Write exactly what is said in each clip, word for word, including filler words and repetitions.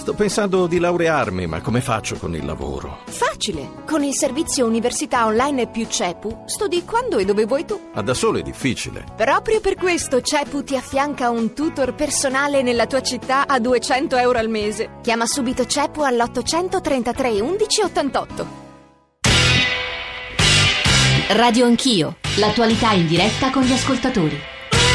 Sto pensando di laurearmi, ma come faccio con il lavoro? Facile! Con il servizio Università Online più CEPU studi quando e dove vuoi tu. Ma da solo è difficile. Proprio per questo CEPU ti affianca un tutor personale nella tua città a duecento euro al mese. Chiama subito CEPU all'ottocentotrentatré undici ottantotto. Radio Anch'io, l'attualità in diretta con gli ascoltatori.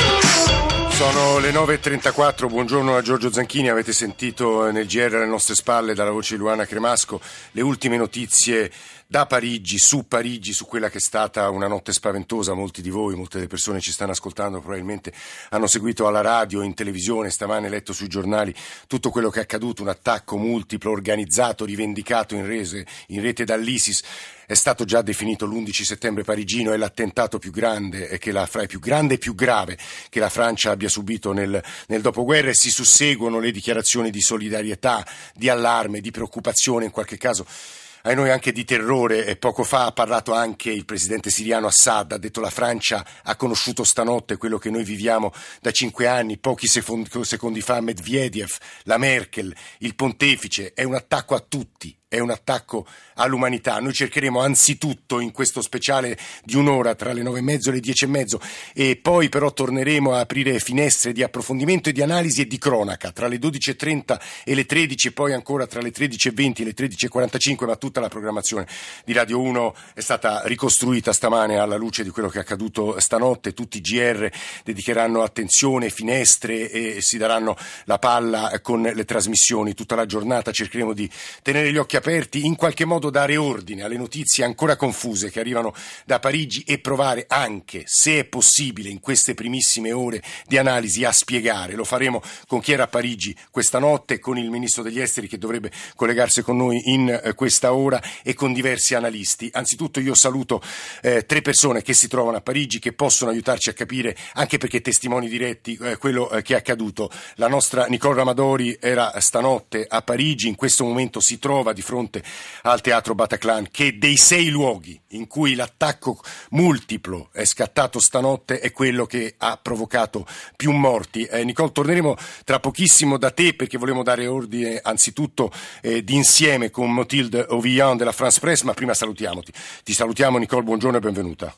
Sono le nove e trentaquattro, buongiorno a Giorgio Zanchini, avete sentito nel G R alle nostre spalle dalla voce di Luana Cremasco le ultime notizie da Parigi, su Parigi, su quella che è stata una notte spaventosa. Molti di voi, molte delle persone ci stanno ascoltando, probabilmente hanno seguito alla radio, in televisione, stamane letto sui giornali tutto quello che è accaduto, un attacco multiplo, organizzato, rivendicato in rete, in rete dall'ISIS. È stato già definito l'undici settembre parigino, è l'attentato più grande e che la fra più grande e più grave che la Francia abbia subito nel, nel dopoguerra, e si susseguono le dichiarazioni di solidarietà, di allarme, di preoccupazione, in qualche caso a noi anche di terrore. E poco fa ha parlato anche il presidente siriano Assad, ha detto: la Francia ha conosciuto stanotte quello che noi viviamo da cinque anni, pochi secondi fa Medvedev, la Merkel, il pontefice. È un attacco a tutti, è un attacco all'umanità. Noi cercheremo anzitutto in questo speciale di un'ora tra le nove e mezzo e le dieci e mezzo, e poi però torneremo a aprire finestre di approfondimento e di analisi e di cronaca tra le dodici e trenta e le tredici, e poi ancora tra le tredici e venti e le tredici e quarantacinque, ma tutta la programmazione di Radio uno è stata ricostruita stamane alla luce di quello che è accaduto stanotte. Tutti i G R dedicheranno attenzione, finestre, e si daranno la palla con le trasmissioni tutta la giornata. Cercheremo di tenere gli occhi aperti, in qualche modo dare ordine alle notizie ancora confuse che arrivano da Parigi e provare anche, se è possibile, in queste primissime ore di analisi a spiegare. Lo faremo con chi era a Parigi questa notte, con il ministro degli esteri che dovrebbe collegarsi con noi in eh, questa ora, e con diversi analisti. Anzitutto io saluto eh, tre persone che si trovano a Parigi, che possono aiutarci a capire, anche perché testimoni diretti, eh, quello eh, che è accaduto. La nostra Nicole Ramadori era stanotte a Parigi, in questo momento si trova di fronte al teatro Bataclan, che dei sei luoghi in cui l'attacco multiplo è scattato stanotte è quello che ha provocato più morti. Eh, Nicole, torneremo tra pochissimo da te, perché volevo dare ordine anzitutto eh, di insieme con Mathilde Ovillon della France Press, ma prima salutiamoti. Ti salutiamo Nicole, buongiorno e benvenuta.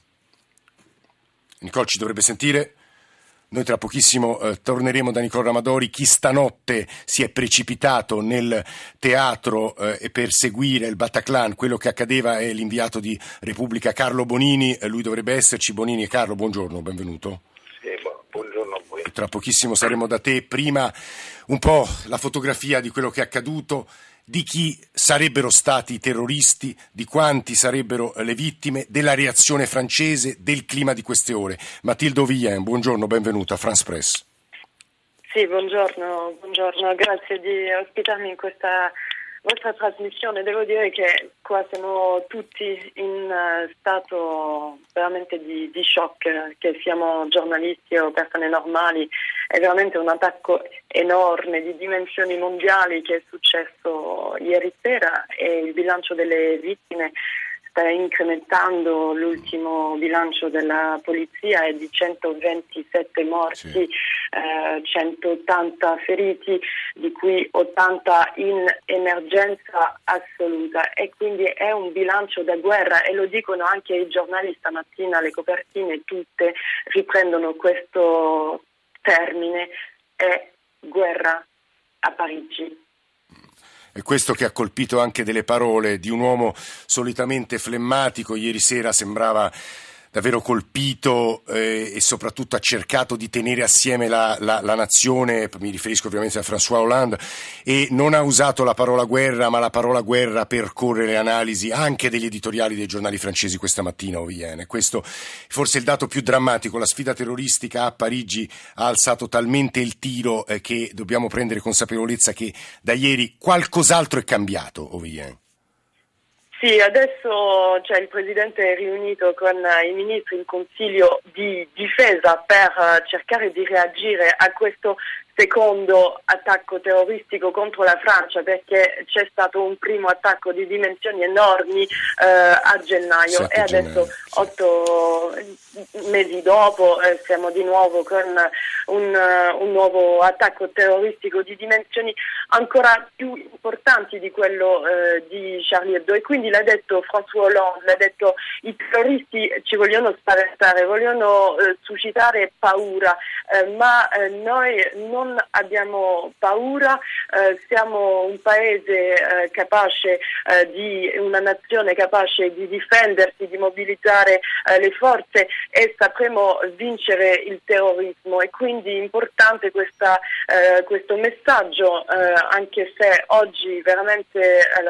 Nicole ci dovrebbe sentire. Noi tra pochissimo eh, torneremo da Nicole Ramadori. Chi stanotte si è precipitato nel teatro eh, per seguire il Bataclan, quello che accadeva, è l'inviato di Repubblica Carlo Bonini. Eh, lui dovrebbe esserci. Bonini e Carlo, buongiorno, benvenuto. Sì, buongiorno a voi. Tra pochissimo saremo da te. Prima un po' la fotografia di quello che è accaduto, di chi sarebbero stati i terroristi, di quanti sarebbero le vittime, della reazione francese, del clima di queste ore. Mathilde Ovillon, buongiorno, benvenuta a France Press. Sì, buongiorno, buongiorno, grazie di ospitarmi in questa vostra trasmissione. Devo dire che qua siamo tutti in stato veramente di, di shock, che siamo giornalisti o persone normali. È veramente un attacco enorme di dimensioni mondiali che è successo ieri sera, e il bilancio delle vittime sta incrementando. L'ultimo bilancio della polizia è di centoventisette morti, sì. eh, centottanta feriti, di cui ottanta in emergenza assoluta, e quindi è un bilancio da guerra, e lo dicono anche i giornali stamattina. Le copertine tutte riprendono questo termine: è guerra a Parigi. E questo che ha colpito anche delle parole di un uomo solitamente flemmatico. Ieri sera sembrava davvero colpito eh, e soprattutto ha cercato di tenere assieme la, la, la nazione. Mi riferisco ovviamente a François Hollande, e non ha usato la parola guerra, ma la parola guerra per correre le analisi anche degli editoriali dei giornali francesi questa mattina. Ovillon, questo forse è il dato più drammatico. La sfida terroristica a Parigi ha alzato talmente il tiro eh, che dobbiamo prendere consapevolezza che da ieri qualcos'altro è cambiato. Ovillon. Sì, adesso cioè, il Presidente è riunito con i ministri in Consiglio di Difesa per uh, cercare di reagire a questo secondo attacco terroristico contro la Francia, perché c'è stato un primo attacco di dimensioni enormi eh, a gennaio e adesso gennaio, sì. otto mesi dopo eh, siamo di nuovo con un, uh, un nuovo attacco terroristico di dimensioni ancora più importanti di quello eh, di Charlie Hebdo, e quindi l'ha detto François Hollande, l'ha detto: i terroristi ci vogliono spaventare, vogliono eh, suscitare paura, eh, ma eh, noi non abbiamo paura, eh, siamo un paese eh, capace eh, di una nazione capace di difendersi, di mobilizzare eh, le forze, e sapremo vincere il terrorismo. E quindi è importante questa, eh, questo messaggio, eh, anche se oggi veramente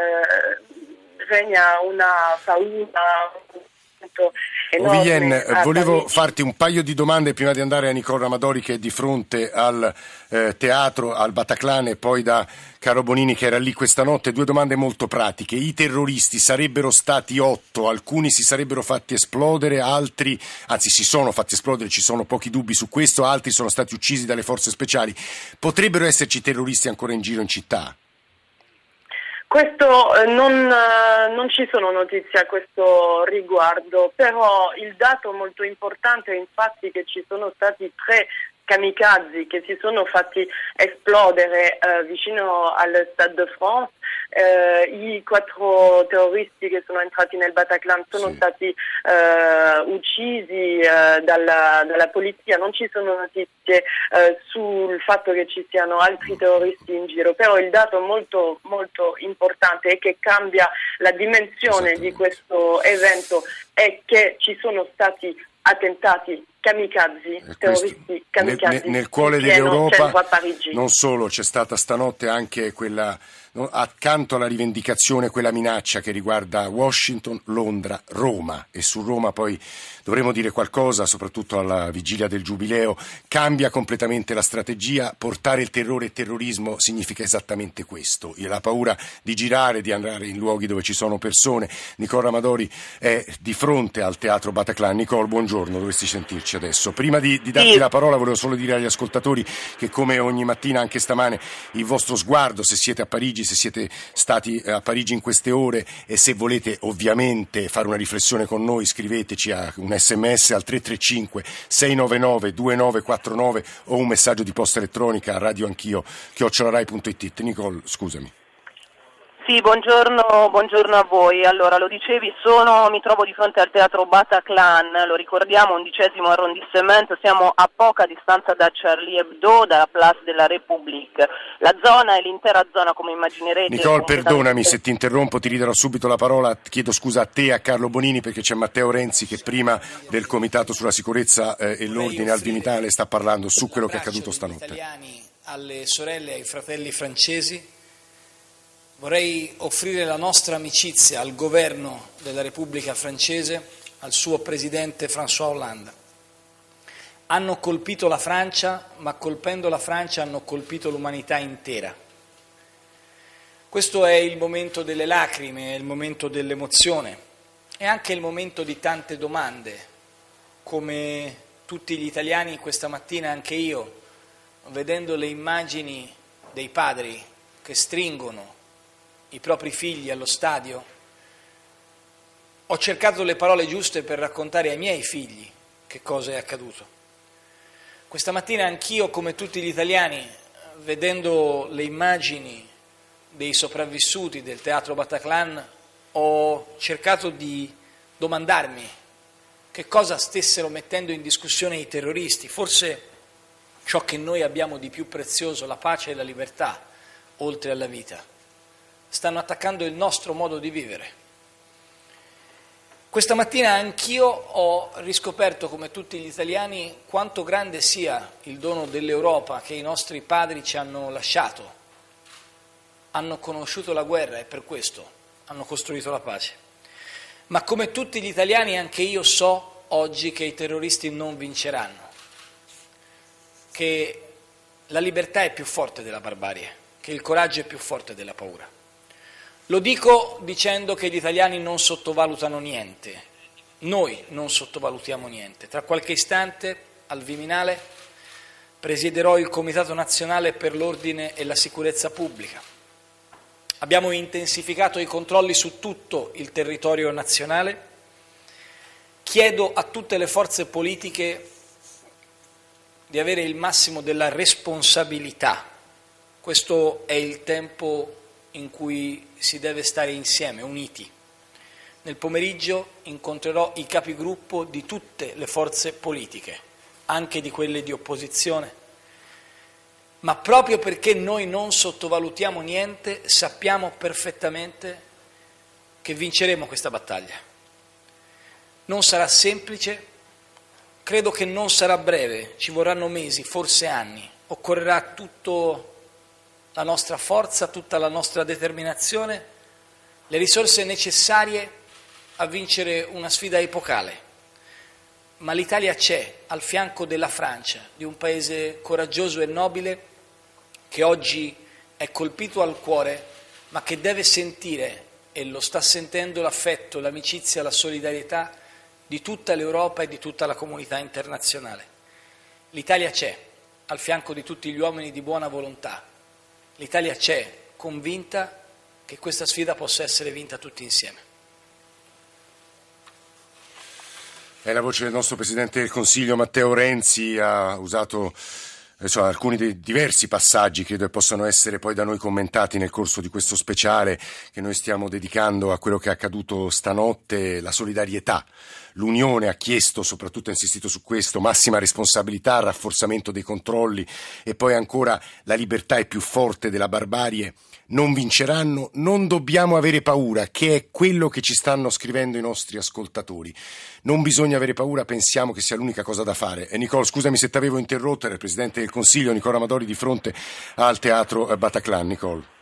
eh, regna una paura enorme. Ovien, volevo Parigi. farti un paio di domande prima di andare a Nicole Ramadori, che è di fronte al eh, teatro, al Bataclan, e poi da Carlo Bonini, che era lì questa notte. Due domande molto pratiche. I terroristi sarebbero stati otto, alcuni si sarebbero fatti esplodere, altri, anzi si sono fatti esplodere, ci sono pochi dubbi su questo, altri sono stati uccisi dalle forze speciali. Potrebbero esserci terroristi ancora in giro in città? Questo eh, non, eh, non ci sono notizie a questo riguardo, però il dato molto importante è infatti che ci sono stati tre kamikaze che si sono fatti esplodere eh, vicino al Stade de France. Eh, I quattro terroristi che sono entrati nel Bataclan sono sì. stati eh, uccisi eh, dalla, dalla polizia. Non ci sono notizie eh, sul fatto che ci siano altri terroristi in giro, però il dato molto molto importante è che cambia la dimensione di questo evento è che ci sono stati attentati kamikaze, terroristi kamikaze nel, nel cuore in pieno dell'Europa. centro a Parigi. Non solo, c'è stata stanotte anche quella, no, accanto alla rivendicazione, quella minaccia che riguarda Washington, Londra, Roma, e su Roma poi dovremo dire qualcosa, soprattutto alla vigilia del Giubileo. Cambia completamente la strategia. Portare il terrore e terrorismo significa esattamente questo, la paura di girare, di andare in luoghi dove ci sono persone. Nicole Ramadori è di fronte al teatro Bataclan. Nicole, buongiorno, dovresti sentirci adesso. Prima di, di darti sì. la parola, volevo solo dire agli ascoltatori che, come ogni mattina, anche stamane, il vostro sguardo, se siete a Parigi, se siete stati a Parigi in queste ore, e se volete ovviamente fare una riflessione con noi, scriveteci a un sms al tre tre cinque sei nove nove due nove quattro nove o un messaggio di posta elettronica a radioanchio chiocciola rai punto it. Nicole, scusami. Sì, buongiorno, buongiorno a voi. Allora, lo dicevi, sono, mi trovo di fronte al teatro Bataclan, lo ricordiamo, undicesimo arrondissement, siamo a poca distanza da Charlie Hebdo, dalla Place de la République. La zona è l'intera zona, come immaginerete. Nicole, perdonami se ti interrompo, ti ridarò subito la parola. Chiedo scusa a te e a Carlo Bonini, perché c'è Matteo Renzi che prima del Comitato sulla sicurezza eh, e l'ordine al Viminale sta parlando su quello che è accaduto stanotte. Italiani, alle sorelle e ai fratelli francesi. Vorrei offrire la nostra amicizia al governo della Repubblica francese, al suo presidente François Hollande. Hanno colpito la Francia, ma colpendo la Francia hanno colpito l'umanità intera. Questo è il momento delle lacrime, è il momento dell'emozione, è anche il momento di tante domande. Come tutti gli italiani questa mattina, anche io, vedendo le immagini dei padri che stringono i propri figli allo stadio, ho cercato le parole giuste per raccontare ai miei figli che cosa è accaduto. Questa mattina anch'io, come tutti gli italiani, vedendo le immagini dei sopravvissuti del teatro Bataclan, ho cercato di domandarmi che cosa stessero mettendo in discussione i terroristi, forse ciò che noi abbiamo di più prezioso, la pace e la libertà, oltre alla vita. Stanno attaccando il nostro modo di vivere. Questa mattina anch'io ho riscoperto, come tutti gli italiani, quanto grande sia il dono dell'Europa che i nostri padri ci hanno lasciato. Hanno conosciuto la guerra e per questo hanno costruito la pace. Ma come tutti gli italiani anche io so oggi che i terroristi non vinceranno, che la libertà è più forte della barbarie, che il coraggio è più forte della paura. Lo dico dicendo che gli italiani non sottovalutano niente, noi non sottovalutiamo niente. Tra qualche istante al Viminale presiederò il Comitato Nazionale per l'Ordine e la Sicurezza Pubblica. Abbiamo intensificato i controlli su tutto il territorio nazionale. Chiedo a tutte le forze politiche di avere il massimo della responsabilità. Questo è il tempo in cui si deve stare insieme, uniti. Nel pomeriggio incontrerò i capigruppo di tutte le forze politiche, anche di quelle di opposizione, ma proprio perché noi non sottovalutiamo niente, sappiamo perfettamente che vinceremo questa battaglia. Non sarà semplice, credo che non sarà breve, ci vorranno mesi, forse anni, occorrerà tutta la nostra forza, tutta la nostra determinazione, le risorse necessarie a vincere una sfida epocale. Ma l'Italia c'è al fianco della Francia, di un paese coraggioso e nobile che oggi è colpito al cuore, ma che deve sentire, e lo sta sentendo, l'affetto, l'amicizia, la solidarietà di tutta l'Europa e di tutta la comunità internazionale. L'Italia c'è al fianco di tutti gli uomini di buona volontà. L'Italia c'è convinta che questa sfida possa essere vinta tutti insieme. È la voce del nostro Presidente del Consiglio Matteo Renzi, ha usato insomma, alcuni dei diversi passaggi credo che possano essere poi da noi commentati nel corso di questo speciale che noi stiamo dedicando a quello che è accaduto stanotte, la solidarietà. L'Unione ha chiesto, soprattutto ha insistito su questo, massima responsabilità, rafforzamento dei controlli e poi ancora la libertà è più forte della barbarie. Non vinceranno, non dobbiamo avere paura, che è quello che ci stanno scrivendo i nostri ascoltatori. Non bisogna avere paura, pensiamo che sia l'unica cosa da fare. E Nicole, scusami se ti avevo interrotto, era il Presidente del Consiglio, Nicola Amadori, di fronte al Teatro Bataclan. Nicole.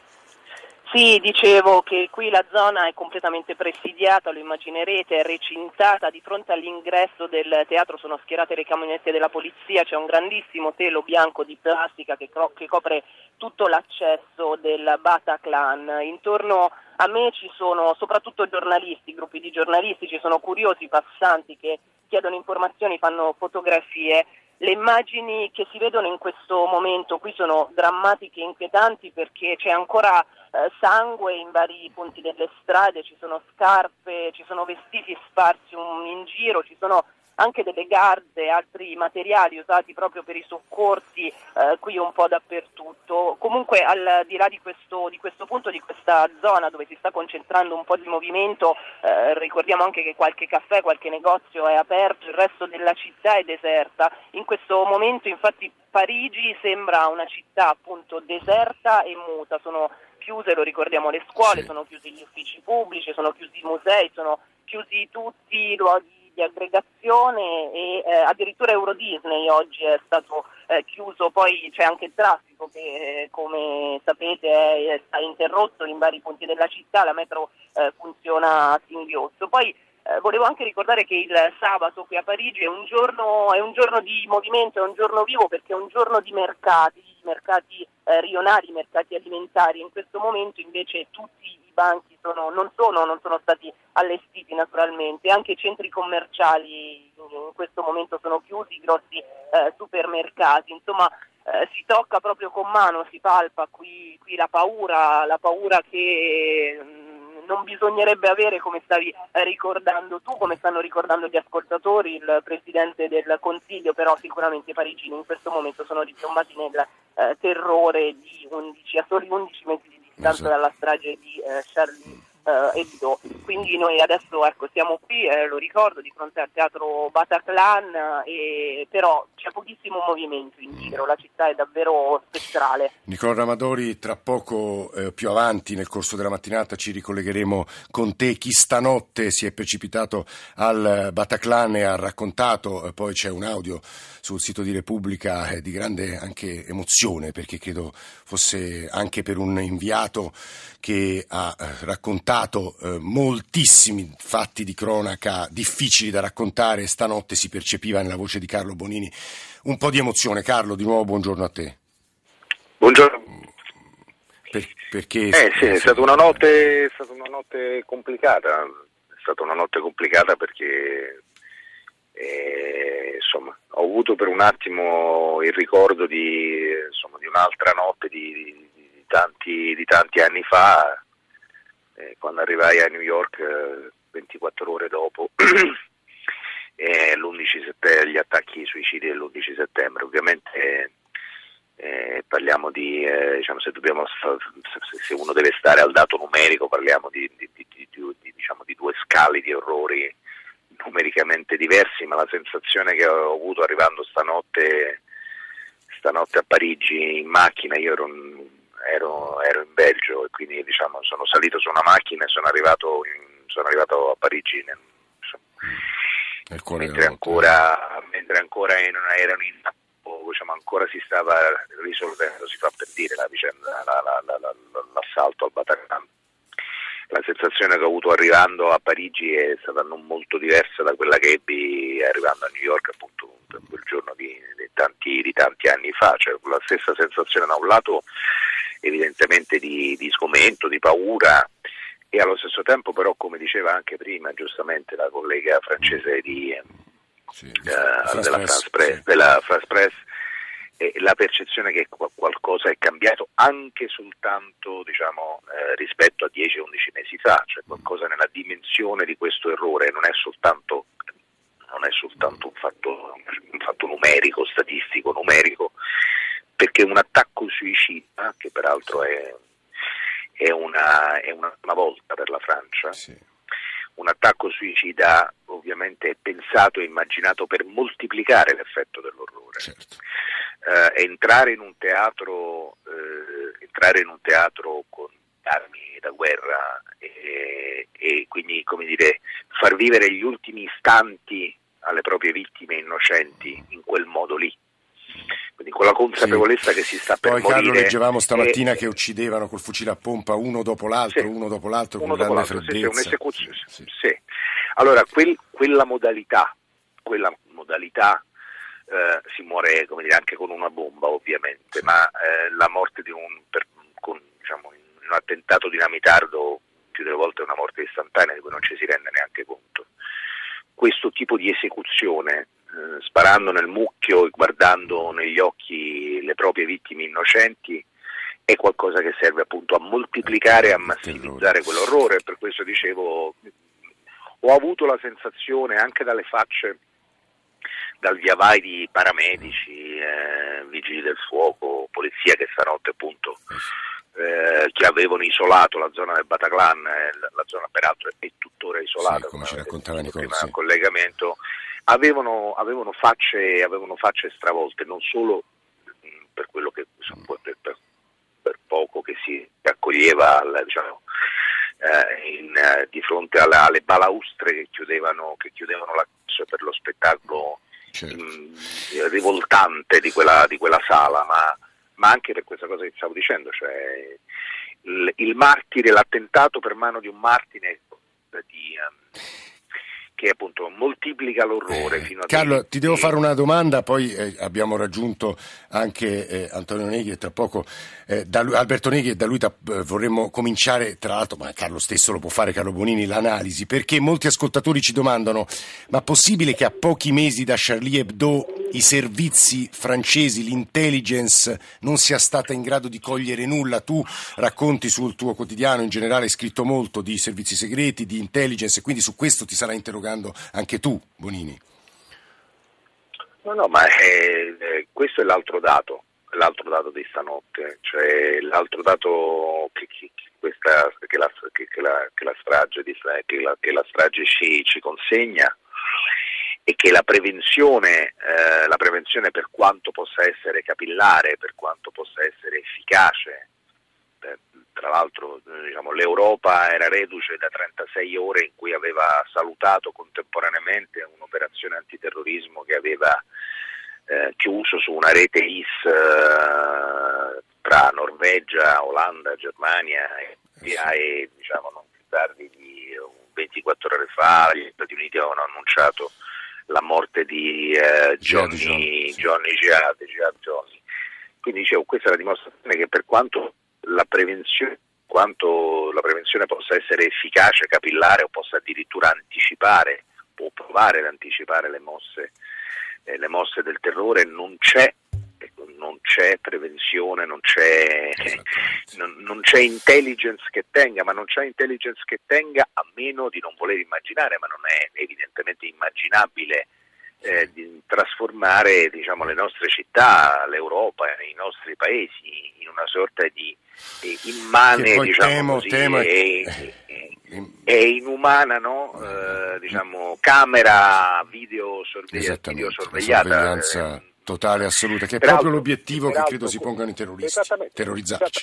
Sì, dicevo che qui la zona è completamente presidiata, lo immaginerete, è recintata, di fronte all'ingresso del teatro sono schierate le camionette della polizia, c'è un grandissimo telo bianco di plastica che, co- che copre tutto l'accesso del Bataclan. Intorno a me ci sono soprattutto giornalisti, gruppi di giornalisti, ci sono curiosi passanti che chiedono informazioni, fanno fotografie. Le immagini che si vedono in questo momento qui sono drammatiche e inquietanti perché c'è ancora eh, sangue in vari punti delle strade, ci sono scarpe, ci sono vestiti sparsi un, in giro, ci sono anche delle garze, altri materiali usati proprio per i soccorsi, eh, qui un po' dappertutto. Comunque al di là di questo, di questo punto, di questa zona dove si sta concentrando un po' di movimento, eh, ricordiamo anche che qualche caffè, qualche negozio è aperto, il resto della città è deserta. In questo momento infatti Parigi sembra una città appunto deserta e muta, sono chiuse, lo ricordiamo, le scuole, sì. Sono chiusi gli uffici pubblici, sono chiusi i musei, sono chiusi tutti i luoghi di aggregazione e eh, addirittura Euro Disney oggi è stato eh, chiuso, poi c'è anche il traffico che eh, come sapete è, è interrotto in vari punti della città, la metro eh, funziona a singhiozzo. Poi eh, volevo anche ricordare che il sabato qui a Parigi è un giorno, è un giorno di movimento, è un giorno vivo perché è un giorno di mercati, mercati eh, rionali, mercati alimentari. In questo momento invece tutti i banchi sono, non, sono, non sono stati allestiti naturalmente, anche i centri commerciali in questo momento sono chiusi, i grossi eh, supermercati, insomma eh, si tocca proprio con mano, si palpa qui, qui la paura, la paura che mh, non bisognerebbe avere, come stavi eh, ricordando tu, come stanno ricordando gli ascoltatori, il Presidente del Consiglio, però sicuramente i parigini in questo momento sono ripiombati nel eh, terrore di undici, a soli undici mesi di distanza esatto. dalla strage di eh, Charlie eh, Hebdo. Quindi noi adesso ecco siamo qui, eh, lo ricordo, di fronte al Teatro Bataclan, eh, però c'è pochissimo movimento in giro, la città è davvero spettrale. Nicola Amadori, tra poco eh, più avanti nel corso della mattinata ci ricollegheremo con te. Chi stanotte si è precipitato al Bataclan e ha raccontato, eh, poi c'è un audio sul sito di Repubblica eh, di grande anche emozione, perché credo fosse anche per un inviato che ha eh, raccontato eh, moltissimi fatti di cronaca difficili da raccontare. Stanotte si percepiva nella voce di Carlo Bonini un po' di emozione. Carlo, di nuovo buongiorno a te. Buongiorno. Per, perché eh sì, è stata una notte, è stata una notte complicata, è stata una notte complicata perché E, insomma, ho avuto per un attimo il ricordo di, insomma, di un'altra notte di, di, di, tanti, di tanti anni fa, eh, quando arrivai a New York eh, ventiquattro ore dopo eh, l'undici settembre, gli attacchi suicidi dell'undici settembre. Ovviamente eh, parliamo di, eh, diciamo, se dobbiamo, se uno deve stare al dato numerico, parliamo di, di, di, di, di, diciamo, di due scali di orrori numericamente diversi, ma la sensazione che ho avuto arrivando stanotte stanotte a Parigi in macchina, io ero, ero, ero in Belgio e quindi, diciamo, sono salito su una macchina e sono arrivato, in, sono arrivato a Parigi nel, insomma, mentre ancora, mentre ancora in, erano in diciamo, ancora si stava risolvendo, si fa per dire, la vicenda, la, la, la, la, l'assalto al Bataclan. La sensazione che ho avuto arrivando a Parigi è stata non molto diversa da quella che ebbi arrivando a New York, appunto quel giorno di, di, tanti, di tanti anni fa, cioè la stessa sensazione da un lato evidentemente di, di sgomento, di paura, e allo stesso tempo però, come diceva anche prima giustamente la collega francese di, sì, uh, della France Press, sì. della France Press, e la percezione che qualcosa è cambiato anche soltanto, diciamo, eh, rispetto a dieci undici mesi fa, cioè qualcosa nella dimensione di questo errore non è soltanto non è soltanto un fatto, un fatto numerico, statistico, numerico, perché un attacco suicida, che peraltro è, è una è una prima volta per la Francia, sì. Un attacco suicida ovviamente è pensato e immaginato per moltiplicare l'effetto dell'orrore. Certo. Uh, entrare in un teatro uh, entrare in un teatro con armi da guerra e, e quindi, come dire, far vivere gli ultimi istanti alle proprie vittime innocenti in quel modo lì, quindi con la consapevolezza, sì, che si sta per poi, morire. Carlo, leggevamo stamattina e, che uccidevano col fucile a pompa uno dopo l'altro, sì, uno dopo l'altro, uno con dopo grande l'altro, freddezza. Sì, sì, un'esecuzione, sì, sì. Sì. Allora quel, quella modalità quella modalità eh, si muore, come dire, anche con una bomba ovviamente, ma eh, la morte di un per, con, diciamo, in un attentato dinamitardo più delle volte è una morte istantanea di cui non ci si rende neanche conto. Questo tipo di esecuzione, eh, sparando nel mucchio e guardando negli occhi le proprie vittime innocenti, è qualcosa che serve appunto a moltiplicare e a massimizzare quell'orrore. Per questo dicevo, ho avuto la sensazione anche dalle facce, dal via vai di paramedici, eh, vigili del fuoco, polizia che stanotte appunto eh, che avevano isolato la zona del Bataclan, eh, la zona peraltro è tuttora isolata, sì, come ci raccontava Nicola, prima sì. del collegamento, avevano, avevano facce avevano facce stravolte, non solo mh, per quello che insomma, per, per, per poco che si accoglieva al, diciamo, eh, in, eh, di fronte alla, alle balaustre che chiudevano che chiudevano l'accesso per lo spettacolo, certo, mh, rivoltante di quella, di quella sala, ma, ma anche per questa cosa che stavo dicendo, cioè il, il martire, l'attentato per mano di un martire di, um, che appunto moltiplica l'orrore. Eh, fino a Carlo, dei... ti devo fare una domanda, poi eh, abbiamo raggiunto anche eh, Antonio Neghi e tra poco eh, da lui, Alberto Neghi, e da lui ta, eh, vorremmo cominciare, tra l'altro, ma Carlo stesso lo può fare, Carlo Bonini, l'analisi, perché molti ascoltatori ci domandano: ma possibile che a pochi mesi da Charlie Hebdo i servizi francesi, l'intelligence non sia stata in grado di cogliere nulla? Tu racconti sul tuo quotidiano, in generale hai scritto molto di servizi segreti, di intelligence, e quindi su questo ti sarai interrogando anche tu, Bonini. No, no, ma è, è, questo è l'altro dato, l'altro dato di stanotte, cioè l'altro dato che, che, questa, che, la, che, che, la, che la strage, di, che la, che la strage ci, ci consegna, e che la prevenzione, eh, la prevenzione per quanto possa essere capillare, per quanto possa essere efficace, eh, tra l'altro diciamo, l'Europa era reduce da trentasei ore in cui aveva salutato contemporaneamente un'operazione antiterrorismo che aveva eh, chiuso su una rete I S eh, tra Norvegia, Olanda, Germania e, e diciamo non più tardi di ventiquattro ore fa gli Stati Uniti avevano annunciato la morte di eh, Johnny Johnny Jihad, Jihad Johnny. Quindi dicevo, questa è la dimostrazione che per quanto la prevenzione quanto la prevenzione possa essere efficace, capillare o possa addirittura anticipare può provare ad anticipare le mosse, eh, le mosse del terrore. Non c'è non c'è prevenzione, non c'è, non, non c'è intelligence che tenga, ma non c'è intelligence che tenga a meno di non voler immaginare, ma non è evidentemente immaginabile eh, di trasformare, diciamo, le nostre città, l'Europa, i nostri paesi in una sorta di, di immane, diciamo temo, così, temo e, e, e inumana, no? Eh, diciamo, camera videosorvegliata, videosorvegliata totale, assoluta, che è peraltro, proprio l'obiettivo che credo si pongano i terroristi, terrorizzarci.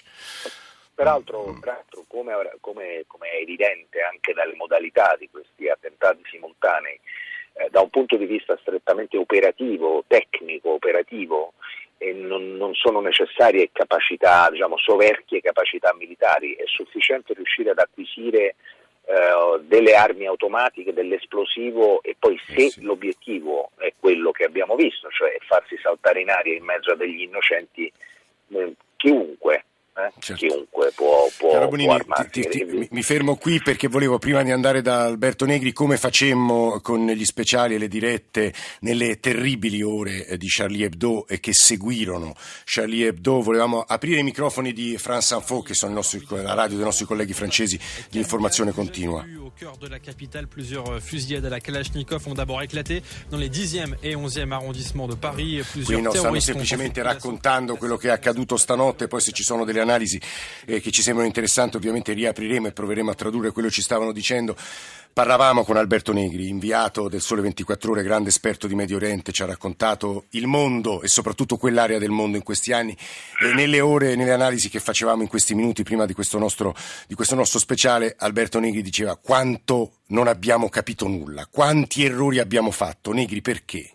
Peraltro, peraltro come, come, come è evidente anche dalle modalità di questi attentati simultanei, eh, da un punto di vista strettamente operativo, tecnico, operativo, e non, non sono necessarie capacità, diciamo, soverchie capacità militari, è sufficiente riuscire ad acquisire Uh, delle armi automatiche, dell'esplosivo, e poi se eh sì. l'obiettivo è quello che abbiamo visto, cioè farsi saltare in aria in mezzo a degli innocenti, eh, chiunque Eh? Certo. Chiunque può, può, può armarsi. Ti, ti, ti, mi fermo qui perché volevo, prima di andare da Alberto Negri, come facemmo con gli speciali e le dirette nelle terribili ore di Charlie Hebdo e che seguirono Charlie Hebdo, volevamo aprire i microfoni di France Info, che sono i nostri, la radio dei nostri colleghi francesi di informazione continua. Au cœur de la capitale, plusieurs fusillades à la Kalachnikov ont d'abord éclaté dans les dixième et onzième arrondissements de Paris. Qui no, stanno semplicemente raccontando quello che è accaduto stanotte, poi se ci sono delle analisi eh, che ci sembrano interessanti ovviamente riapriremo e proveremo a tradurre quello che ci stavano dicendo. Parlavamo con Alberto Negri, inviato del Sole ventiquattro Ore, grande esperto di Medio Oriente, ci ha raccontato il mondo e soprattutto quell'area del mondo in questi anni, e nelle ore, nelle analisi che facevamo in questi minuti prima di questo nostro, di questo nostro speciale, Alberto Negri diceva quanto non abbiamo capito nulla, quanti errori abbiamo fatto. Negri, perché?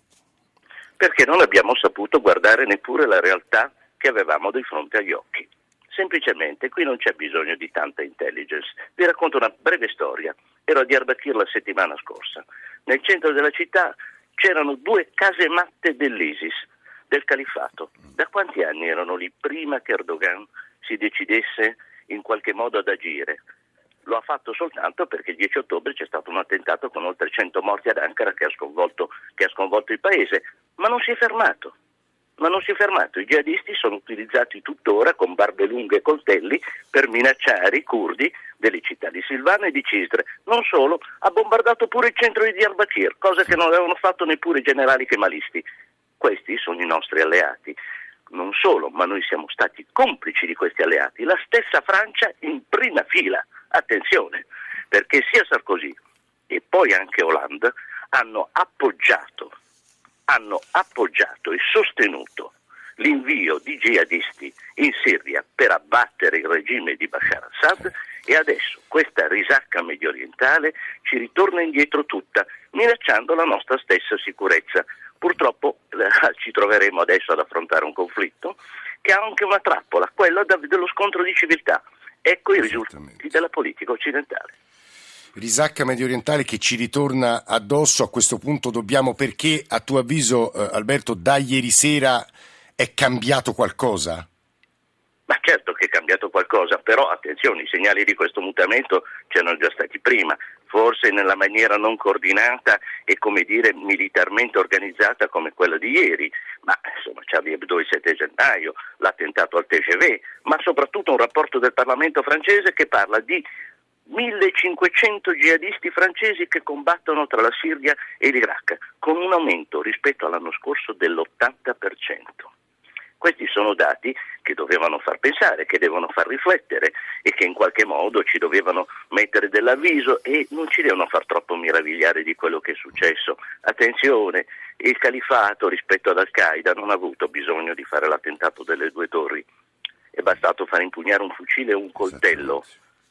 Perché non abbiamo saputo guardare neppure la realtà che avevamo di fronte agli occhi. Semplicemente, qui non c'è bisogno di tanta intelligence. Vi racconto una breve storia. Ero a Diyarbakir la settimana scorsa. Nel centro della città c'erano due casematte dell'ISIS, del califfato. Da quanti anni erano lì prima che Erdogan si decidesse in qualche modo ad agire? Lo ha fatto soltanto perché il dieci ottobre c'è stato un attentato con oltre cento morti ad Ankara che ha sconvolto, che ha sconvolto il paese, ma non si è fermato. Ma non si è fermato, i jihadisti sono utilizzati tuttora con barbe lunghe e coltelli per minacciare i curdi delle città di Silvano e di Cisre. Non solo, ha bombardato pure il centro di Diyarbakir, cosa che non avevano fatto neppure i generali kemalisti. Questi sono i nostri alleati. Non solo, ma noi siamo stati complici di questi alleati. La stessa Francia in prima fila, attenzione, perché sia Sarkozy e poi anche Hollande hanno appoggiato hanno appoggiato e sostenuto l'invio di jihadisti in Siria per abbattere il regime di Bashar Assad, e adesso questa risacca mediorientale ci ritorna indietro tutta, minacciando la nostra stessa sicurezza. Purtroppo eh, ci troveremo adesso ad affrontare un conflitto che ha anche una trappola, quella dello scontro di civiltà. Ecco i risultati della politica occidentale. Risacca mediorientale che ci ritorna addosso. A questo punto dobbiamo, perché a tuo avviso, eh, Alberto, da ieri sera è cambiato qualcosa? Ma certo che è cambiato qualcosa, però attenzione, i segnali di questo mutamento c'erano già stati prima, forse nella maniera non coordinata e, come dire, militarmente organizzata come quella di ieri, ma insomma Charlie Hebdo il sette gennaio, l'attentato al T G V, ma soprattutto un rapporto del Parlamento francese che parla di millecinquecento jihadisti francesi che combattono tra la Siria e l'Iraq, con un aumento rispetto all'anno scorso dell'ottanta per cento. Questi sono dati che dovevano far pensare, che devono far riflettere e che in qualche modo ci dovevano mettere dell'avviso e non ci devono far troppo meravigliare di quello che è successo. Attenzione, il califfato rispetto ad Al-Qaeda non ha avuto bisogno di fare l'attentato delle due torri, è bastato far impugnare un fucile e un coltello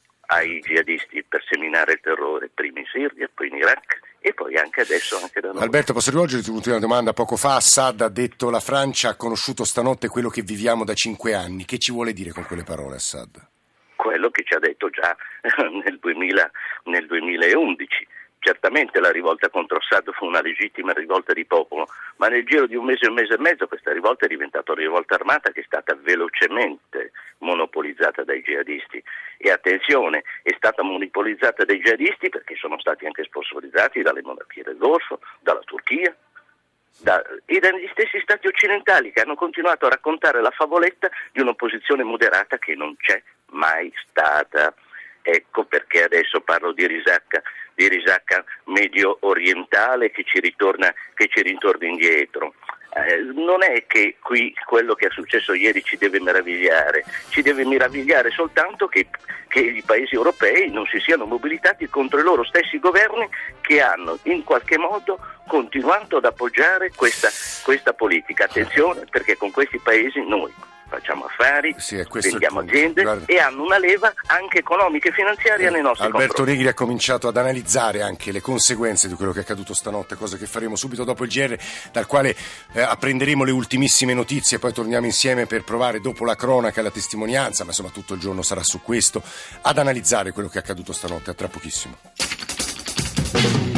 ai jihadisti per seminare il terrore, prima in Siria, poi in Iraq e poi anche adesso anche da noi. Alberto, posso rivolgerti un'ultima domanda? Poco fa Assad ha detto la Francia ha conosciuto stanotte quello che viviamo da cinque anni. Che ci vuole dire con quelle parole Assad? Quello che ci ha detto già nel, duemila, nel duemilaundici. Certamente la rivolta contro Assad fu una legittima rivolta di popolo, ma nel giro di un mese e un mese e mezzo questa rivolta è diventata una rivolta armata che è stata velocemente monopolizzata dai jihadisti. e attenzione, è stata monopolizzata dai jihadisti perché sono stati anche sponsorizzati dalle monarchie del Golfo, dalla Turchia da, e dagli stessi stati occidentali che hanno continuato a raccontare la favoletta di un'opposizione moderata che non c'è mai stata. Ecco perché adesso parlo di risacca, di risacca medio orientale che ci ritorna, che ci ritorna indietro. Eh, non è che qui quello che è successo ieri ci deve meravigliare, ci deve meravigliare soltanto che, che i paesi europei non si siano mobilitati contro i loro stessi governi che hanno in qualche modo continuato ad appoggiare questa, questa politica. Attenzione, perché con questi paesi noi facciamo affari, sì, vendiamo aziende. Guarda. E hanno una leva anche economica e finanziaria eh, nei nostri Alberto confronti. Negri ha cominciato ad analizzare anche le conseguenze di quello che è accaduto stanotte, cosa che faremo subito dopo il G R, dal quale eh, apprenderemo le ultimissime notizie, poi torniamo insieme per provare, dopo la cronaca e la testimonianza, ma insomma tutto il giorno sarà su questo, ad analizzare quello che è accaduto stanotte. A tra pochissimo.